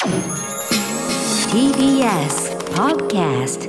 TBS Podcast。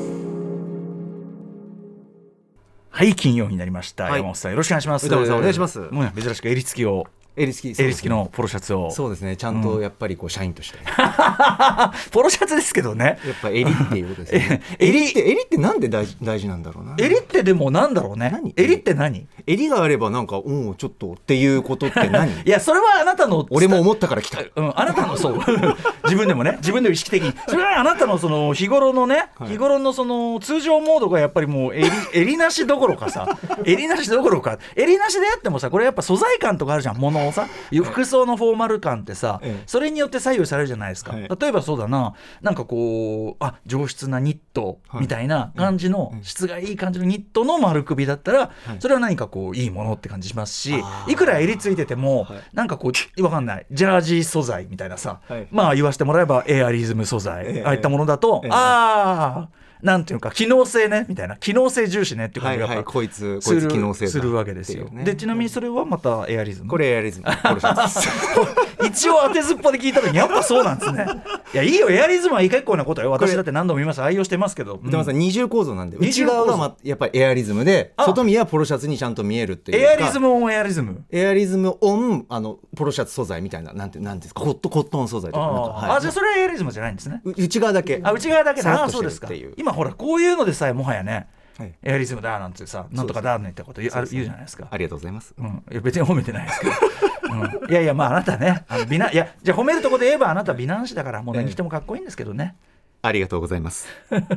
はい、金曜になりました、 はい、 山本さんよろしくお願いします。 歌丸さんお願いします。 もう珍しく襟付きを襟付きのポロシャツを。 そうですね、ちゃんとやっぱりこう社員として、 ポロシャツですけどね、 やっぱ襟っていうことですね。襟ってなんで大事なんだろうな。 襟ってでもなんだろうね。襟って何？ 襟があればなんかちょっとっていうことって何？ いやそれはあなたの俺も思ったから来た、 あなたのそう自分でも意識的にそれはあなたのその日頃のね、日頃のその通常モードがやっぱりもう襟なしどころかさ襟なしであってもさ、これやっぱ素材感とかあるじゃん、物をさ、服装のフォーマル感ってさ、それによって左右されるじゃないですか。例えばそうだな、なんかこう上質なニットみたいな感じの、質がいい感じのニットの丸首だったら、それは何かこういいものって感じしますし、いくら襟ついてても、なんかこうわかんないジャージー素材みたいなさ、まあ言わせてもらえばエアリズム素材、ああいったものだと、なんていうか機能性ねみたいな、機能性重視ねっていう感じがこいつ機能性するわけですよ、ね。でちなみにそれはまたエアリズム、 これエアリズム一応当てずっぽで聞いたのにやっぱそうなんですね。いやいいよ、エアリズムは結構なことよ。私だって何度も見ます、愛用してますけど、 でもさ、二重構造なんで、内側はやっぱりエアリズムで、外見はポロシャツにちゃんと見えるっていうか、 エアリズムオンエアリズムオンポロシャツ素材みたいな、なんていうんですか、コットン素材とか、 じゃあそれはエアリズムじゃないんですね。 内側だけな。そうですか。今ほらこういうのでさえもはやね、エアリズムだなんてさ、なんとかだなんてこと言うじゃないですか。 ありがとうございます。 いや別に褒めてないですけどいやいや、まああなたね、美男、いやじゃあ褒めるとこで言えばあなた美男子だから、もう何してもかっこいいんですけどね。 ありがとうございます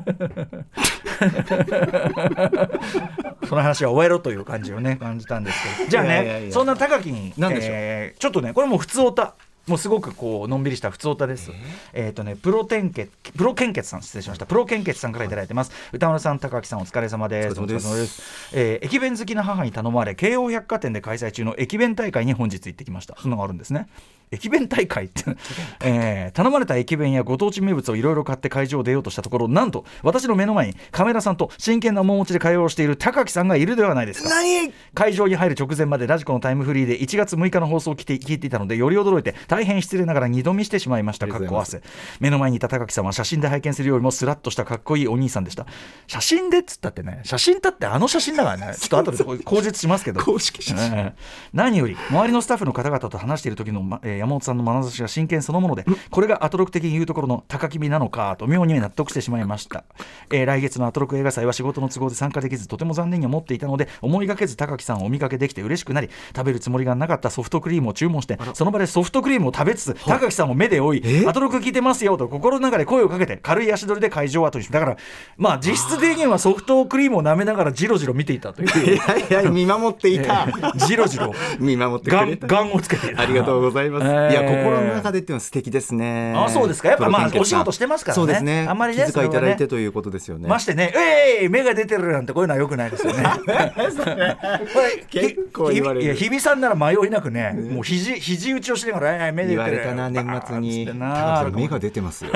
その話は終えろという感じをね感じたんですけど、じゃあね、そんな高木に何でしょう、 ちょっとねこれもう普通オタ、もうすごくこうのんびりした普通オタです。プロ献血さん、失礼しました。プロ献血さんからいただいてます。歌丸さん、高木さんお疲れ様です。駅弁好きな母に頼まれ、京王百貨店で開催中の駅弁大会に本日行ってきました。そんなのがあるんですね。駅弁大会って頼まれた駅弁やご当地名物をいろいろ買って会場を出ようとしたところ、なんと私の目の前にカメラさんと真剣な面持ちで会話をしている高木さんがいるではないですか。会場に入る直前までラジコのタイムフリーで1月6日の放送を聞いていたので、より驚いて大変失礼ながら二度見してしまいました。かっこ汗。目の前にいた高木さんは写真で拝見するよりもスラッとしたかっこいいお兄さんでした。写真でっつったってね、写真だってあの写真だからね、ちょっと後で口述しますけど公式写真、 何より周りのスタッフの方々と話している時の、山本さんの眼差しが真剣そのもので、これがアトロク的に言うところの高君なのかと妙に納得してしまいました。来月のアトロク映画祭は仕事の都合で参加できず、とても残念に思っていたので、思いがけず高木さんをお見かけできて嬉しくなり、食べるつもりがなかったソフトクリームを注文して、その場でソフトクリームを食べつつ、高木さんを目で追い、アトロク聞いてますよと心の中で声をかけて、軽い足取りで会場を後にし、だからまあ実質的にはソフトクリームを舐めながらジロジロ見ていたという。 いや見守っていた、 ジロジロ見守ってくれた、 ガンをつけている。 ありがとうございます。いや心の中でっていうのは素敵ですね。 そうですか。やっぱまあお仕事してますからね。 そうですね。 あんまりね、 気遣いいただいてということですよね。 ましてね、目が出てるなんてこういうのは良くないですよね。 結構言われる。 いや日比さんなら迷いなくね、もう肘打ちをしながら目出てる。 言われたな、年末に。目が出てますよ。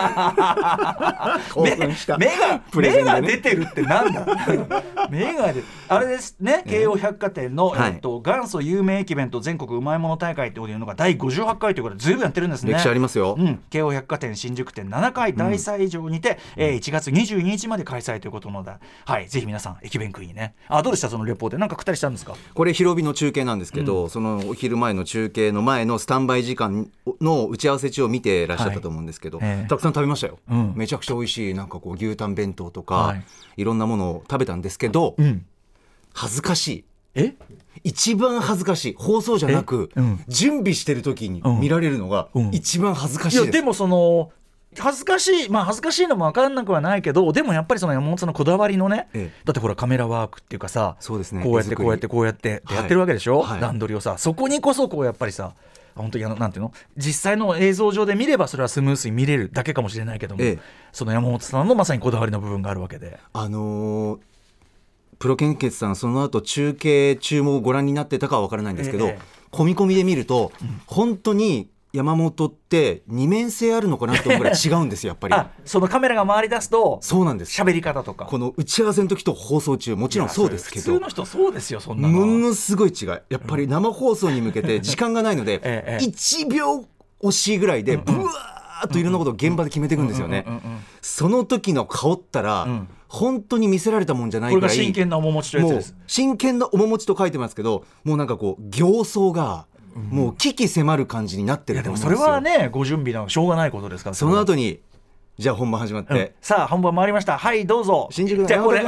興奮した。目が出てるってなんだ。目が出てあれですね、京王百貨店の元祖有名駅弁と全国うまいもの大会というのが第58回ということでずいぶんやってるんですね。 歴史ありますよ。 京王百貨店新宿店7階大斎場にて、1月22日まで開催ということなので、はい、ぜひ皆さん駅弁食いにね。どうでしたそのレポート、なんか食ったりしたんですか。 これ広帯の中継なんですけど、そのお昼前の中継の前のスタンバイ時間の打ち合わせ中を見てらっしゃったと思うんですけど、たくさん食べましたよ。めちゃくちゃ美味しい、なんかこう牛タン弁当とか、いろんなものを食べたんですけど、恥ずかしい。一番恥ずかしい、放送じゃなく、準備してる時に見られるのが一番恥ずかしいです。 いやでもその恥ずかしいのも分からなくはないけど、でもやっぱりその山本さんのこだわりのね、だってほらカメラワークっていうかさ、 そうですね、 こうやってやってるわけでしょ、段取りをさ、そこにこそこうやっぱりさ、本当になんていうの、実際の映像上で見ればそれはスムースに見れるだけかもしれないけども、その山本さんのまさにこだわりの部分があるわけで、 プロ献血さんその後中継中もご覧になってたかは分からないんですけど、込み込みで見ると、本当に山本って二面性あるのかなと思うぐらい違うんですよやっぱり。 そのカメラが回り出すと、 そうなんです、 喋り方とかこの打ち合わせの時と放送中もちろんそうですけど、 普通の人そうですよ、そんなのものすごい違い。やっぱり生放送に向けて時間がないので、1秒惜しいぐらいでブワーーっといろんなことを現場で決めていくんですよね。その時の顔ったら、本当に見せられたもんじゃないくらい、 これが真剣な面持ちというやつです。 もう真剣な面持ちと書いてますけど、もうなんかこう形相がもう危機迫る感じになってると思うんですよ。 でもそれはね、ご準備のしょうがないことですから。 その後にじゃあ本番始まって、 さあ本番回りました、はいどうぞ。 新宿のじゃあこれ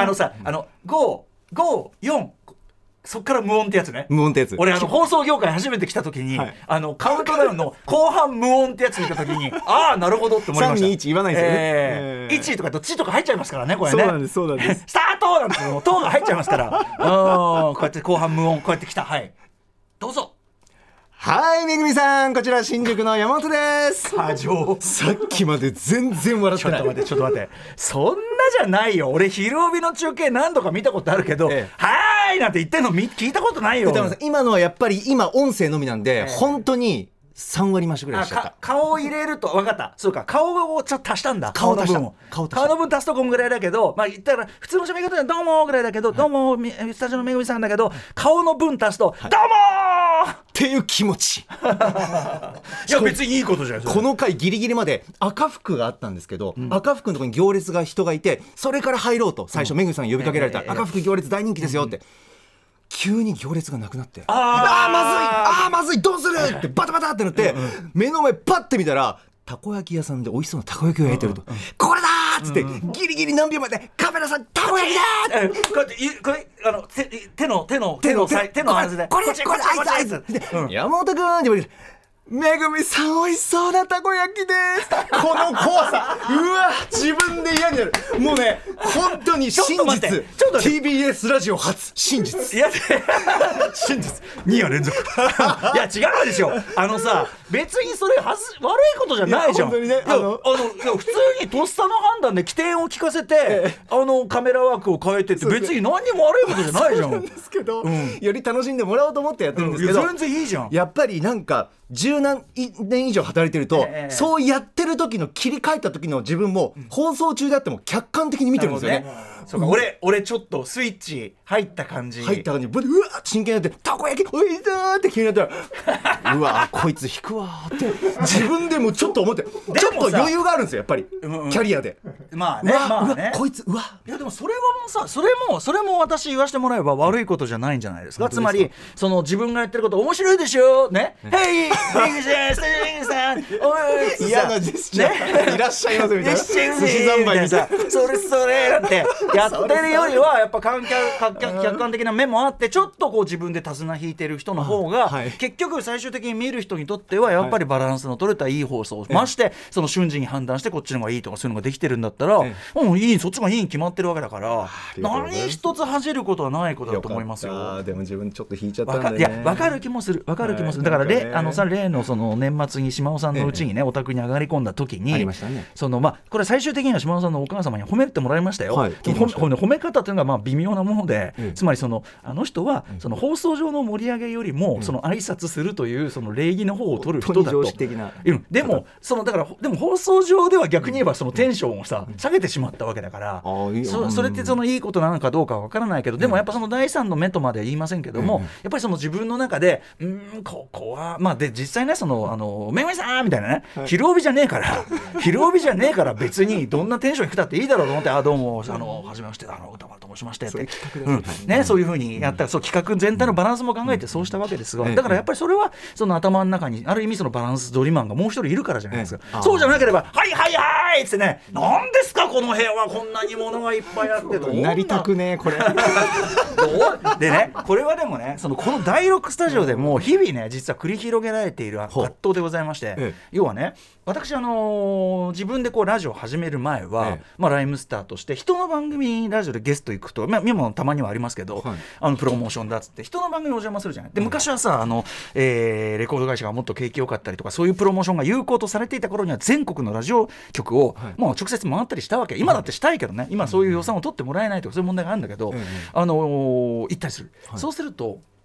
554そっから無音ってやつね。 無音ってやつ。 俺放送業界初めて来た時に、カウントダウンの後半無音ってやつ見た時にああなるほどって思いました。 321言わないですよね。 1とかチとか入っちゃいますからね、これね。 そうなんですそうなんですスタートなんてトーが入っちゃいますからこうやって後半無音こうやってきた、はいどうぞ。 はい、めぐみさん、こちら新宿の山本です。 過剰。 さっきまで全然笑ってない。 ちょっと待ってそんなじゃないよ。俺昼帯の中継何度か見たことあるけど、はーいなんて言ってんの聞いたことないよ。 今のはやっぱり今音声のみなんで、本当に3割増しぐらいしちゃった。 顔を入れると分かった。そうか、顔をちょっと足したんだ。 顔の分足すとこんぐらいだけど、まあ言ったら普通の喋り方でどうもぐらいだけど、どうもスタジオのめぐみさんだけど、顔の分足すと、どうもっていう気持ち。いや別にいいことじゃない。 この回ギリギリまで赤服があったんですけど、赤服のところに行列が人がいて、それから入ろうと最初めぐみさんに呼びかけられた、赤服行列大人気ですよって、急に行列がなくなって、まずいどうするってバタバタってなって、目の前パッて見たらたこ焼き屋さんで美味しそうなたこ焼きを焼いてると、これだーっつって、ギリギリ何秒までカメラさんたこ焼きだーって、 こうやって手のはずでこれあいつ山本君って言われて、めぐみさん美味しそうなたこ焼きですこの怖さ、うわ自分で嫌になる。もうね本当に真実、TBS ラジオ初真実、 いや真実2夜連続いや違うでしょ。さ別にそれ悪いことじゃないじゃん。 本当にね、 普通にとっさの判断で起点を聞かせて、カメラワークを変えてって別に何にも悪いことじゃないじゃん。 そうなんですけど、より楽しんでもらおうと思ってやってるんですけど、 全然いいじゃん。 やっぱりなんか10何年以上働いてると、そうやってる時の切り替えた時の自分も、放送中であっても客観的に見てるんですよね。 そうか、俺ちょっとスイッチ入った感じ、うわ真剣になってたこ焼きおいしそうって急になったらうわこいつ引くわって自分でもちょっと思って、ちょっと余裕があるんですよやっぱり、キャリアで。 まあねこいついやでもそれはもうさ、それも私言わせてもらえば悪いことじゃないんじゃないですか。つまりその自分がやってること面白いでしょね。ヘイリグさんスタジオさんおい嫌なジェスチャーいらっしゃいますみたいな、寿司三昧みたいなそれだってやってるよりはやっぱ客観的な目もあって、ちょっとこう自分で手綱引いてる人の方が、結局最終的に見る人にとってはやっぱりバランスの取れたいい放送、ましてその瞬時に判断してこっちの方がいいとかそういうのができてるんだったら、そっちがいいに決まってるわけだから、何一つ恥じることはないことだと思いますよ。 でも自分ちょっと引いちゃったんでね。 いや分かる気もするだから例のその年末に島尾さんのうちにね、お宅に上がり込んだ時に、これ最終的には島尾さんのお母様に褒めてもらいましたよ。褒め方というのが微妙なもので、つまりあの人はその放送上の盛り上げよりもその挨拶するというその礼儀の方を取る人だと。でも放送上では逆に言えばそのテンションを下げてしまったわけだから、それってそのいいことなのかどうかは分からないけど、でもやっぱその第三の目とまでは言いませんけども、やっぱりその自分の中でここはで実際ね、めぐみさんみたいなね、昼帯じゃねえから別にどんなテンション低くたっていいだろうと思って、どうもはじめまして歌丸と申しましてってそういう風にやったら、企画全体のバランスも考えてそうしたわけですが、だからやっぱりそれはその頭の中にある意味そのバランス取りマンがもう一人いるからじゃないですか。そうじゃなければはいはいはいってね、なんですかこの部屋はこんなに物がいっぱいあってとなりたくねこれでね、これはでもね、この第6スタジオでも日々ね実は繰り広げられている葛藤でございまして、要はね、私自分でこうラジオを始める前は、ライムスターとして人の番組ラジオでゲスト行くと、今もたまにはありますけど、プロモーションだっつって人の番組にお邪魔するじゃない。で昔はさレコード会社がもっと景気良かったりとか、そういうプロモーションが有効とされていた頃には全国のラジオ局をもう直接回ったりしたわけ。今だってしたいけどね、今そういう予算を取ってもらえないとかそういう問題があるんだけど、行ったりする。そうすると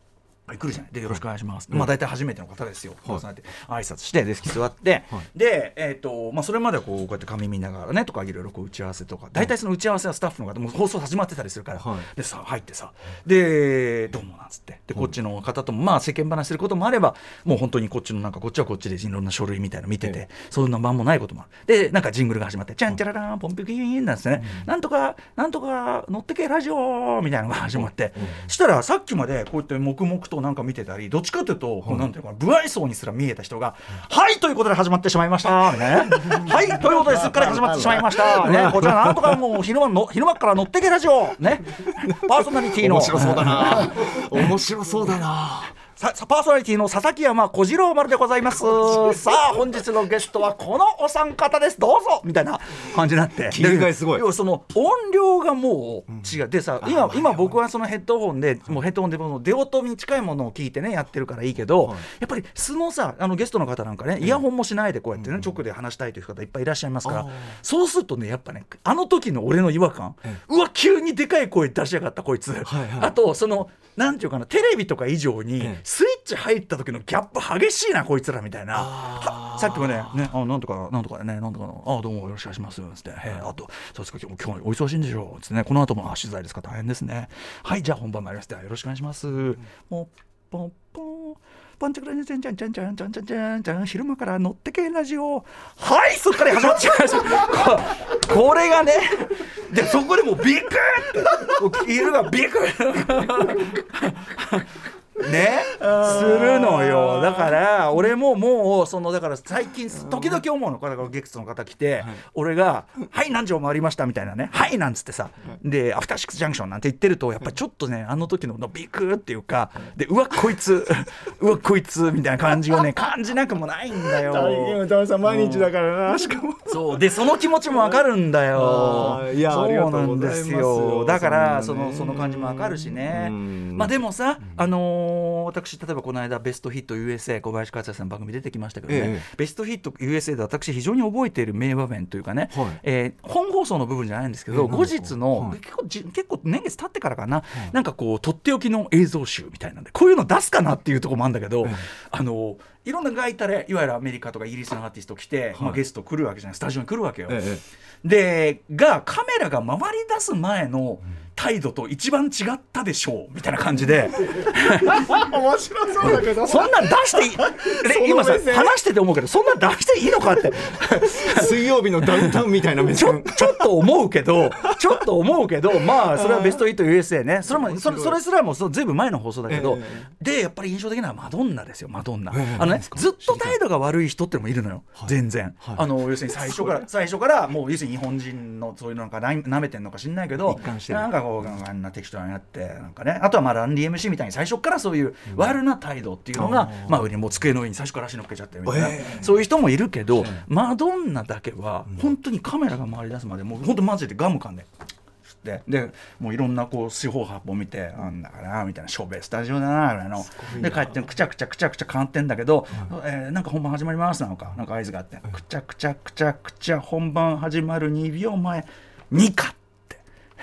来るじゃないでよろしくお願いします、まあ大体初めての方ですよ、挨拶してデスク座って、でそれまではこうやって紙見ながらねとかいろいろ打ち合わせとか、大体その打ち合わせはスタッフの方もう放送始まってたりするから、でさ入ってさでどうもなんつってでこっちの方ともまあ世間話することもあれば、もう本当にこっちのなんかこっちはこっちでいろんな書類みたいなの見てて、そんな番もないこともある。でなんかジングルが始まってチャンチャラランポンピキーンなんですね、なんとか乗ってけラジオみたいなのが始まって、したらさっきまでこうやって黙々となんか見てたり、どっちかというとこうなんていうか不愛想にすら見えた人が、はいということで始まってしまいましたみたいなねはいということですっかり始まってしまいましたね、こちらなんとかもう昼間から乗ってけラジオね、パーソナリティの面白そうだな面白そうだなパーソナリティの佐々木山小次郎丸でございますさあ本日のゲストはこのお三方ですどうぞみたいな感じになって切り替えすごい。 要はその音量がもう違うでさ、今僕はそのヘッドホンでもうヘッドホンでも出音に近いものを聞いてねやってるからいいけど、やっぱり素のさゲストの方なんかねイヤホンもしないでこうやってね直で話したいという方いっぱいいらっしゃいますから、そうするとねやっぱねあの時の俺の違和感、うわ急にでかい声出しやがったこいつ、あとそのなんていうかなテレビとか以上にスイッチ入った時のギャップ激しいなこいつらみたいな、さっきもねなんとかねなんとかのどうもよろしくお願いしますつって、あとそうですか今日お忙しいんでしょうつってね、この後も取材ですか大変ですね、はいじゃあ本番参りますではよろしくお願いします、もうポンポンパンチャクランチャンチャンチャンチャンチャンチャンチャンチャン昼間から乗ってけラジオはいそっから始まっちゃいましたこれがねでそこでもうビクッて昼がビクッねするのよ。だから俺ももうそのだから最近時々思うの、だからゲストの方来て、俺がはい何錠回りましたみたいなねはいなんつってさ、でアフターシックスジャンクションなんて言ってるとやっぱりちょっとねあの時のビクーっていうかでうわこいつみたいな感じをね感じなくもないんだよ。 大変歌丸さん毎日だからな、しかもそうでその気持ちもわかるんだよ。 いやそうなんですよ。だからその感じもわかるしね。まあでもさ私例えばこの間ベストヒット USA 小林克也さんの番組出てきましたけどね、ベストヒット USA で私非常に覚えている名場面というかね、本放送の部分じゃないんですけど、後日の、結構年月経ってからかな、なんかこうとっておきの映像集みたいなんでこういうの出すかなっていうところもあるんだけど、いろんなガイタレいわゆるアメリカとかイギリスのアーティスト来て、ゲスト来るわけじゃない、スタジオに来るわけよ、でカメラが回り出す前の態度と一番違ったでしょうみたいな感じで面白そうだけどそんなん出していい今さ話してて思うけどそんなん出していいのかって水曜日のダウンタウンみたいな目線ちょっと思うけどまあそれはベストヒット USA ね、それすらもずいぶん前の放送だけど、でやっぱり印象的なのはマドンナですよ。マドンナずっと態度が悪い人ってのもいるのよ、全然、要するに最初からもう要するに日本人のそういうのなんか舐めてんのか知んないけど、なんかこうあんな適当にやってなんかね、あとはまあランディ MC みたいに最初からそういう悪な態度っていうのが、まあ上にもう机の上に最初から足乗っけちゃってみたいな、そういう人もいるけど、マドンナだけは本当にカメラが回り出すまでもう本当マジでガム噛んでもういろんなこう四方八方見てなんだかなみたいな、しょべスタジオだなみたいなので帰ってくちゃくちゃ変わってんだけど、なんか本番始まりますなんか合図があって、くちゃくちゃ本番始まる2秒前2かって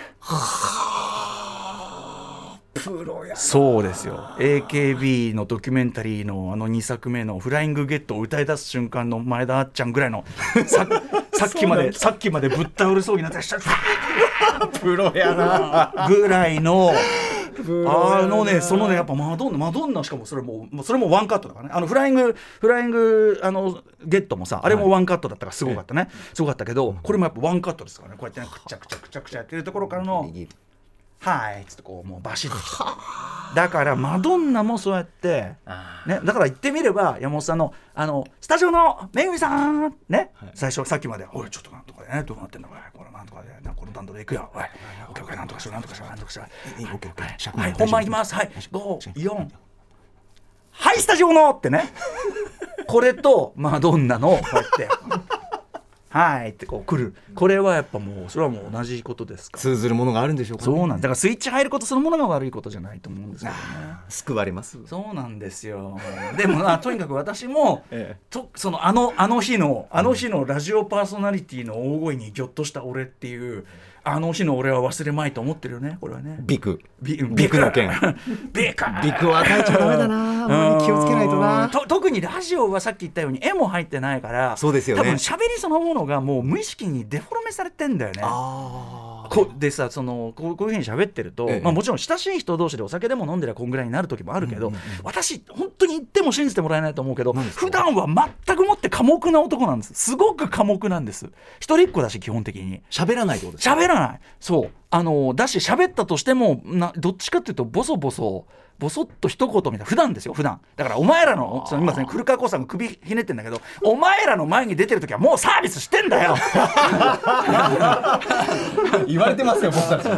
プロや。そうですよ。 AKB のドキュメンタリーの2作目のフライングゲットを歌い出す瞬間の前田あっちゃんぐらいのさっきまでぶっ倒れそうになってプロやなぐらいのね、そのねやっぱマドンナしかもそれもワンカットだからね、フライングゲットもさあれもワンカットだったからすごかったね、すごかったけどこれもやっぱワンカットですからね、こうやってねくちゃくちゃやってるところからのはいっつってこうもうバシッときた。だからマドンナもそうやってね、だから言ってみれば山本さんのスタジオのめぐみさんね、最初さっきまでおいちょっとなんとかねどうなってんだこれなんとかでこのバンドで行くよおいオッケーなんとかしろはい本番行きますはい5、4はいスタジオのってねこれとマドンナのこうやってはいってこう来る、これはやっぱもうそれはもう同じことですから通ずるものがあるんでしょうか、ね、 そうなんだからスイッチ入ることそのものが悪いことじゃないと思うんですけどね。 救われます。 そうなんですよ。でもとにかく私も、そのあの日のラジオパーソナリティの大声にギョッとした俺っていうあの日の俺は忘れまいと思ってるよねこれはね。 ビクの件ビクを与えちゃダメだな、あまり気をつけないとな。 特にラジオはさっき言ったように絵も入ってないから、 そうですよね、 多分喋りそのものがもう無意識にデフォルメされてんだよね。でさ、こういうふうに喋ってると、もちろん親しい人同士でお酒でも飲んでりゃこんぐらいになる時もあるけど、私本当に言っても信じてもらえないと思うけど、普段は全くもって寡黙な男なんです。すごく寡黙なんです。一人っ子だし基本的に喋らないってことですか。 喋らない。そうだし喋ったとしてもどっちかっていうとボソっと一言みたいな、普段ですよ普段だから。お前らの今ね古川光さんが首ひねってんだけど、お前らの前に出てる時はもうサービスしてんだよ言われてますよ僕たち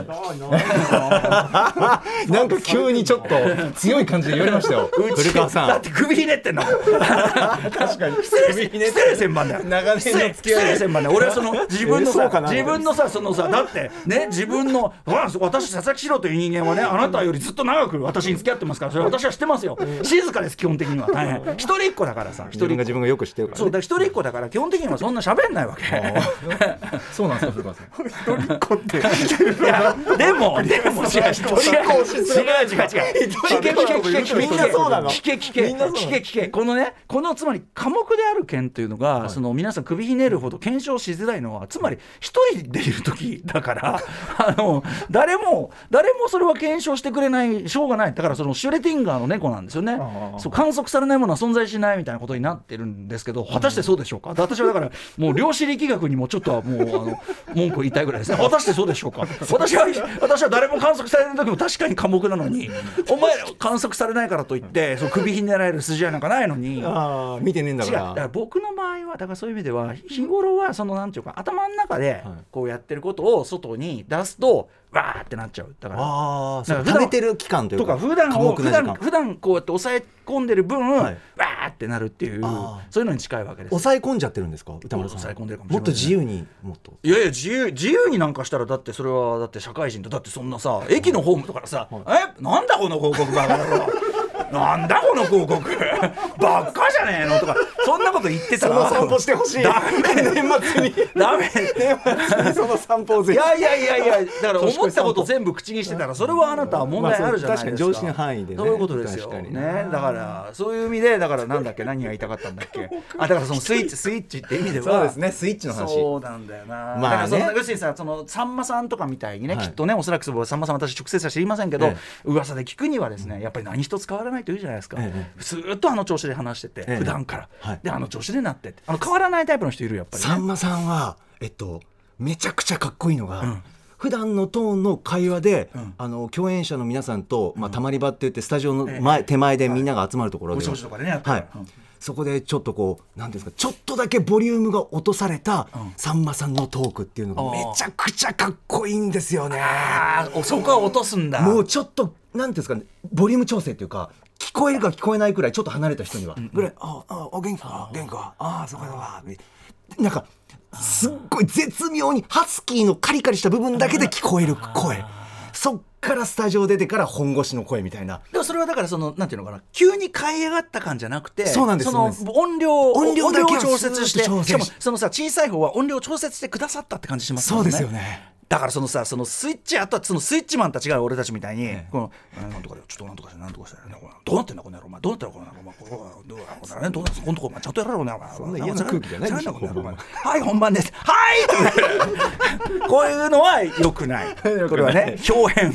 なんか急にちょっと強い感じで言われましたよ古川さん。 だって首ひねってんの確かに失礼千万だよ。 長年の付き合い千万だよ。俺はその自分のさそのさだってね、自分の私佐々木史郎という人間はね、あなたよりずっと長く私に付き合ってますから、それは私は知ってますよ。静かです基本的には。大変一人っ子だからさ、 自分がよく知ってるから、ね、 そうだ、一人っ子だから基本的にはそんな喋んないわけそうなんですか古川さん。一人っ子っていやでも違うみんなそうなの。聞けこのつまり寡黙である件というのが、はい、その皆さん首ひねるほど検証しづらいのは、つまり一人でいる時だから誰もそれは検証してくれない、しょうがない。だからそのシュレティンガーの猫なんですよね。そう観測されないものは存在しないみたいなことになってるんですけど、果たしてそうでしょうか。私はだからもう量子力学にもちょっとはもう文句を言いたいぐらいですね。果たしてそうでしょうか。私は誰も観測されない時も確かに寡黙なのに、お前ら観測されないからといってその首ひねられる筋合いなんかないのに、 見てねえんだから。 だから僕の場合はだからそういう意味では日頃はそのなんていうか頭の中でこうやってることを外に出すとわーってなっちゃう。だから食べてる期間というか普段こうやって抑え込んでる分、はい、わーってなるっていう、そういうのに近いわけです。 抑え込んじゃってるんですか歌丸さん。 抑え込んでるかもしれない、ね、 もっと自由にいや自由になんかしたら、だってそれはだって社会人とだってそんなさ駅のホームとかさ、なんだこの広告バカ野郎なんだこの広告ばっかじゃねえのとかそんなこと言ってたらその散歩してほしい。ダメその散歩をぜひ。 いやだから思ったこと全部口にしてたら、それはあなたは問題あるじゃないですか。 確かに常識の範囲でね。 そういうことですよね。だからそういう意味で、だからなんだっけ、何が言いたかったんだっけだからそのスイッチって意味ではそうですね、スイッチの話。 そうなんだよな。 まあね、 だから要するにさ、そのさんまさんとかみたいにね、きっとね、おそらくさんまさん私直接は知りませんけど、噂で聞くにはですね、やっぱり何一つ変わらないというじゃないですか。ずっと調子で話してて、普段からで調子でなって変わらないタイプの人いるやっぱりね。 さんまさんはめちゃくちゃかっこいいのが、普段のトーンの会話で、共演者の皆さんと、たまり場って言ってスタジオの手前でみんなが集まるところで、そこでちょっとこうなんていうんですか、ちょっとだけボリュームが落とされたさんまさんのトークっていうのがめちゃくちゃかっこいいんですよね。 そこは落とすんだ。 もうちょっとなんていうんですかね、ボリューム調整っていうか、聞こえるか聞こえないくらいちょっと離れた人にはぐらい、元気かそうかなんかすっごい絶妙にハスキーのカリカリした部分だけで聞こえる声、そっからスタジオ出てから本腰の声みたいな。 でもそれはだからそのなんていうのかな、急に買い上がった感じゃなくて、 そうなんです。 その音量だけを調節して、しかもそのさ小さい方は音量を調節してくださったって感じしますよね。 そうですよね。 だからそのスイッチ、あとはそのスイッチマンたちが俺たちみたいに、このなんとかちょっとなんとかしてなんとかしてどうなってんだこの野郎、お前どうなってんだこの野郎、お前どうなってんだこのとこちゃんとやろうね、お前そんな嫌な空気じゃないでしょ。 はい本番です、はいこういうのは良くない。これはね表変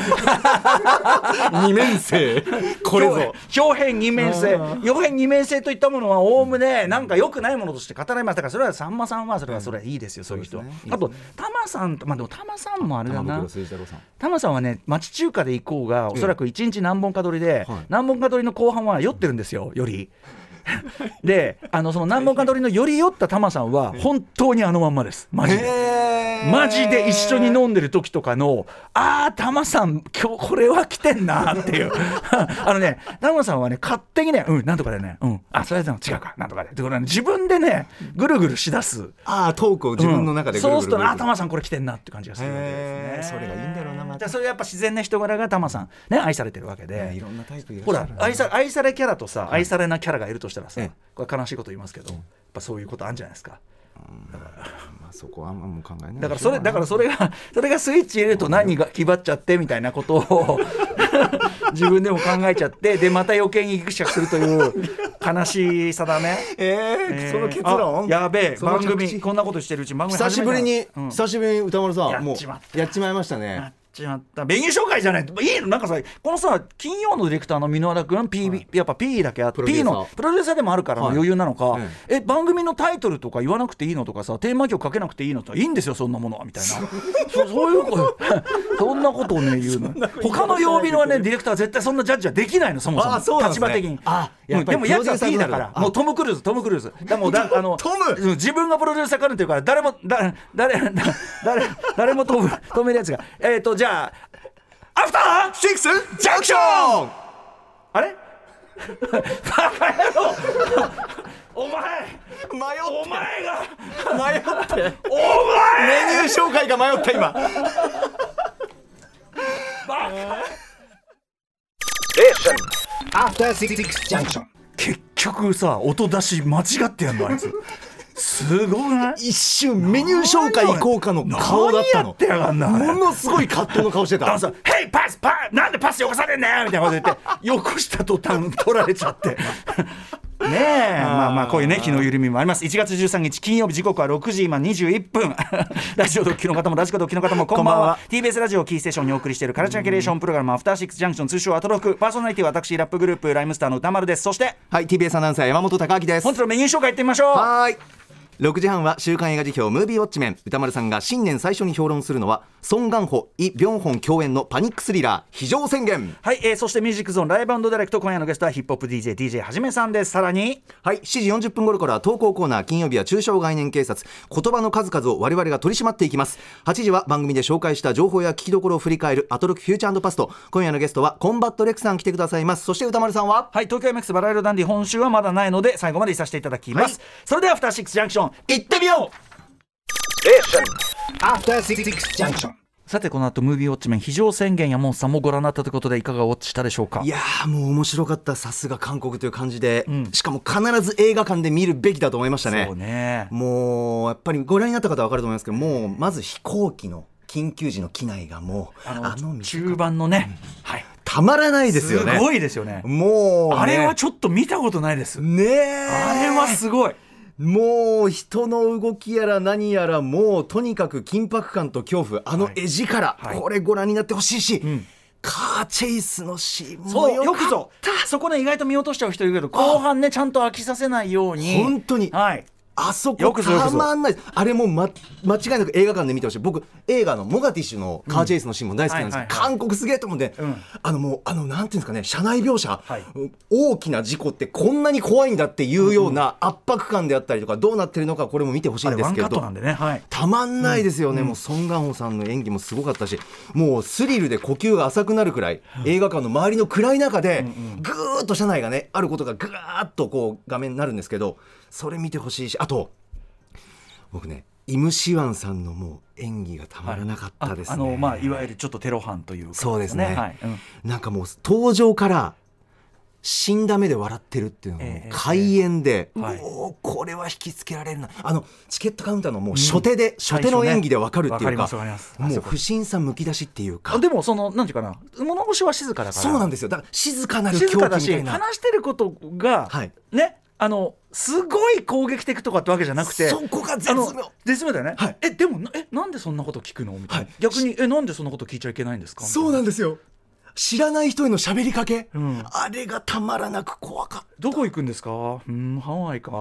二面性、これぞ表変二面性といったものはおおむねなんか良くないものとして語られましたから、それはさんまさんはそれはいいですよ、そういう人。あとタマさんと、でもタマさんもあれだな、タマさんはね町中華で行こうがおそらく1日何本か撮りで、何本か撮りの後半は酔ってるんですよ、よりでその何本か撮りのより酔ったタマさんは本当にあのまんまです、マジで一緒に飲んでる時とかのタマさん今日これは来てんなっていうタマさんはね勝手にねなんとかでねそれでも違うかなんとかでってことは、ね、自分でねぐるぐるしだすトークを自分の中でぐるぐる、 そうするとタマさんこれ来てんなって感じがするわけですね。 それがいいんだろうな、また。 それやっぱ自然な人柄がタマさんね愛されてるわけで、 いろんなタイプいらっしほゃるら愛されキャラとさ、愛されなキャラがいるとしたらさ、これ悲しいこと言いますけど、やっぱそういうことあるんじゃないですか。だからそこはあんまもう考えない。 だからそれがスイッチ入れると何が気張っちゃってみたいなことを自分でも考えちゃって、でまた余計にギクシャクするという悲しさだね。 その結論やべえ、番組こんなことしてるうち番組久しぶりに歌丸さんもうやっちまいましたね。 やっちまった。メニュー紹介じゃないいいの。なんかさ、このさ金曜のディレクターの箕輪田君 やっぱ P だけあって P のプロデューサーでもあるからの余裕なのか、番組のタイトルとか言わなくていいのとかさ、テーマ曲かけなくていいのとかいいんですよそんなものはみたいなそういうことそんなことをね言うの。他の曜日のねディレクターは絶対そんなジャッジはできないの、そもそも立場的に。でもやつは P だから、もうトム・クルーズだもう自分がプロデューサーかるっていうから誰も止めるやつがじゃあアフターシックスジャンクション。 あれバカ野郎お前が迷ってメニュー紹介が迷った今。 アフターシックスジャンクション。 結局さ音出し間違ってやんのあいつ。すごくない？ 一瞬メニュー紹介行こうかの顔だったの。 何やってやがんな。 ものすごい葛藤の顔してた。 ヘイパスなんでパスよこされんねんみたいなこと言ってよこした途端取られちゃってねえ、まあこういうね気の緩みもあります。1月13日金曜日、時刻は6時今21分ラジオドッキの方もラジコドッキの方もこんばんは。 TBS ラジオキーステーションにお送りしているカルチャーキュレーションプログラムアフターシックスジャンクション、通称アトロク。パーソナリティは私ラップグループライムスターの歌丸です。そしてはい TBS アナウンサー山本貴明です。 本日のメニュー紹介いってみましょう。 はい6時半は週刊映画辞表ムービーウォッチメン。歌丸さんが新年最初に評論するのはソン・ガンホ、イ・ビョンホン共演のパニックスリラー非常宣言。 はい、そしてミュージックゾーンライブ&ダイレクト、今夜のゲストはヒップホップ DJ はじめさんです。さらにはい7時40分頃からは投稿コーナー、金曜日は中小概念警察、言葉の数々を我々が取り締まっていきます。8時は番組で紹介した情報や聞きどころを振り返るアトロクフューチャーパスト。今夜のゲストはコンバットレックさん来てくださいます。そして歌丸さんははい東京 MX バラ色ダンディ、本週はまだないので最後までいさせていただきます、はい、それではアフターシックスジャンクション行ってみよう。 アフターシックスジャンクション。 さてこの後ムービーウォッチメン非常宣言、山本さんもご覧になったということでいかがウォッチしたでしょうか。 いやもう面白かった。さすが韓国という感じで、しかも必ず映画館で見るべきだと思いましたね。 そうね、 もうやっぱりご覧になった方は分かると思いますけど、もうまず飛行機の緊急時の機内がもう中盤のね、はい、 たまらないですよね。 すごいですよね。 もう、ね、 あれはちょっと見たことないですね。 あれはすごい。 もう人の動きやら何やら、もうとにかく緊迫感と恐怖、絵力、これご覧になってほしいし、カーチェイスのシーンもよかった。 そこね意外と見落としちゃう人いるけど、後半ねちゃんと飽きさせないように本当に、 はい、 あそこたまんないです。あれも、間違いなく映画館で見てほしい。僕映画のモガティッシュのカーチェイスのシーンも大好きなんですけど、韓国すげえと思うんで、もうなんていうんですかね、車内描写、大きな事故ってこんなに怖いんだっていうような圧迫感であったりとか、どうなってるのかこれも見てほしいんですけど、たまんないですよね。もうソン・ガンホさんの演技もすごかったし、もうスリルで呼吸が浅くなるくらい、映画館の周りの暗い中でぐーっと車内がねあることがぐーっとこう画面になるんですけど、それ見てほしいし、あと僕ねイム・シワンさんのもう演技がたまらなかったですね。 いわゆるちょっとテロ犯というか、ね、 そうですね、なんかもう登場から死んだ目で笑ってるっていうのが開演で、これは引きつけられるな。チケットカウンターのもう初手の演技で分かるっていうか、もう不審さむき出しっていうか。 でもなんていうかな、物腰は静かだから。 そうなんですよ。だから静かなる狂気みたいな、 話してることが、ね、すごい攻撃的とかってわけじゃなくて、 そこが絶妙だよね、でもなんでそんなこと聞くのみたいな、逆になんでそんなこと聞いちゃいけないんですか。 そうなんですよ。知らない人への喋りかけ、あれがたまらなく怖かった。 どこ行くんですか。ハワイか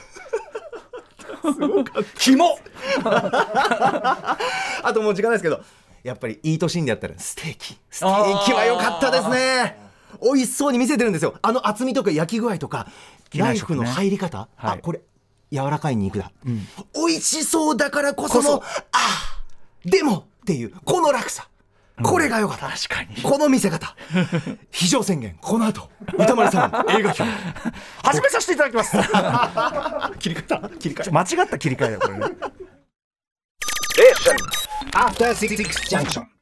すごかった。キモあともう時間ないですけど、やっぱりいいシーンでやったらステーキは良かったですね。美味しそうに見せてるんですよ。厚みとか焼き具合とかナイフの入り方、これ柔らかい肉だ、美味しそうだからこそのでもっていうこの落差、これが良かった。 確かにこの見せ方非常宣言、この後歌丸さん映画表始めさせていただきます切り替え間違った切り替えだよこれね。 アフターシックスジャンクション。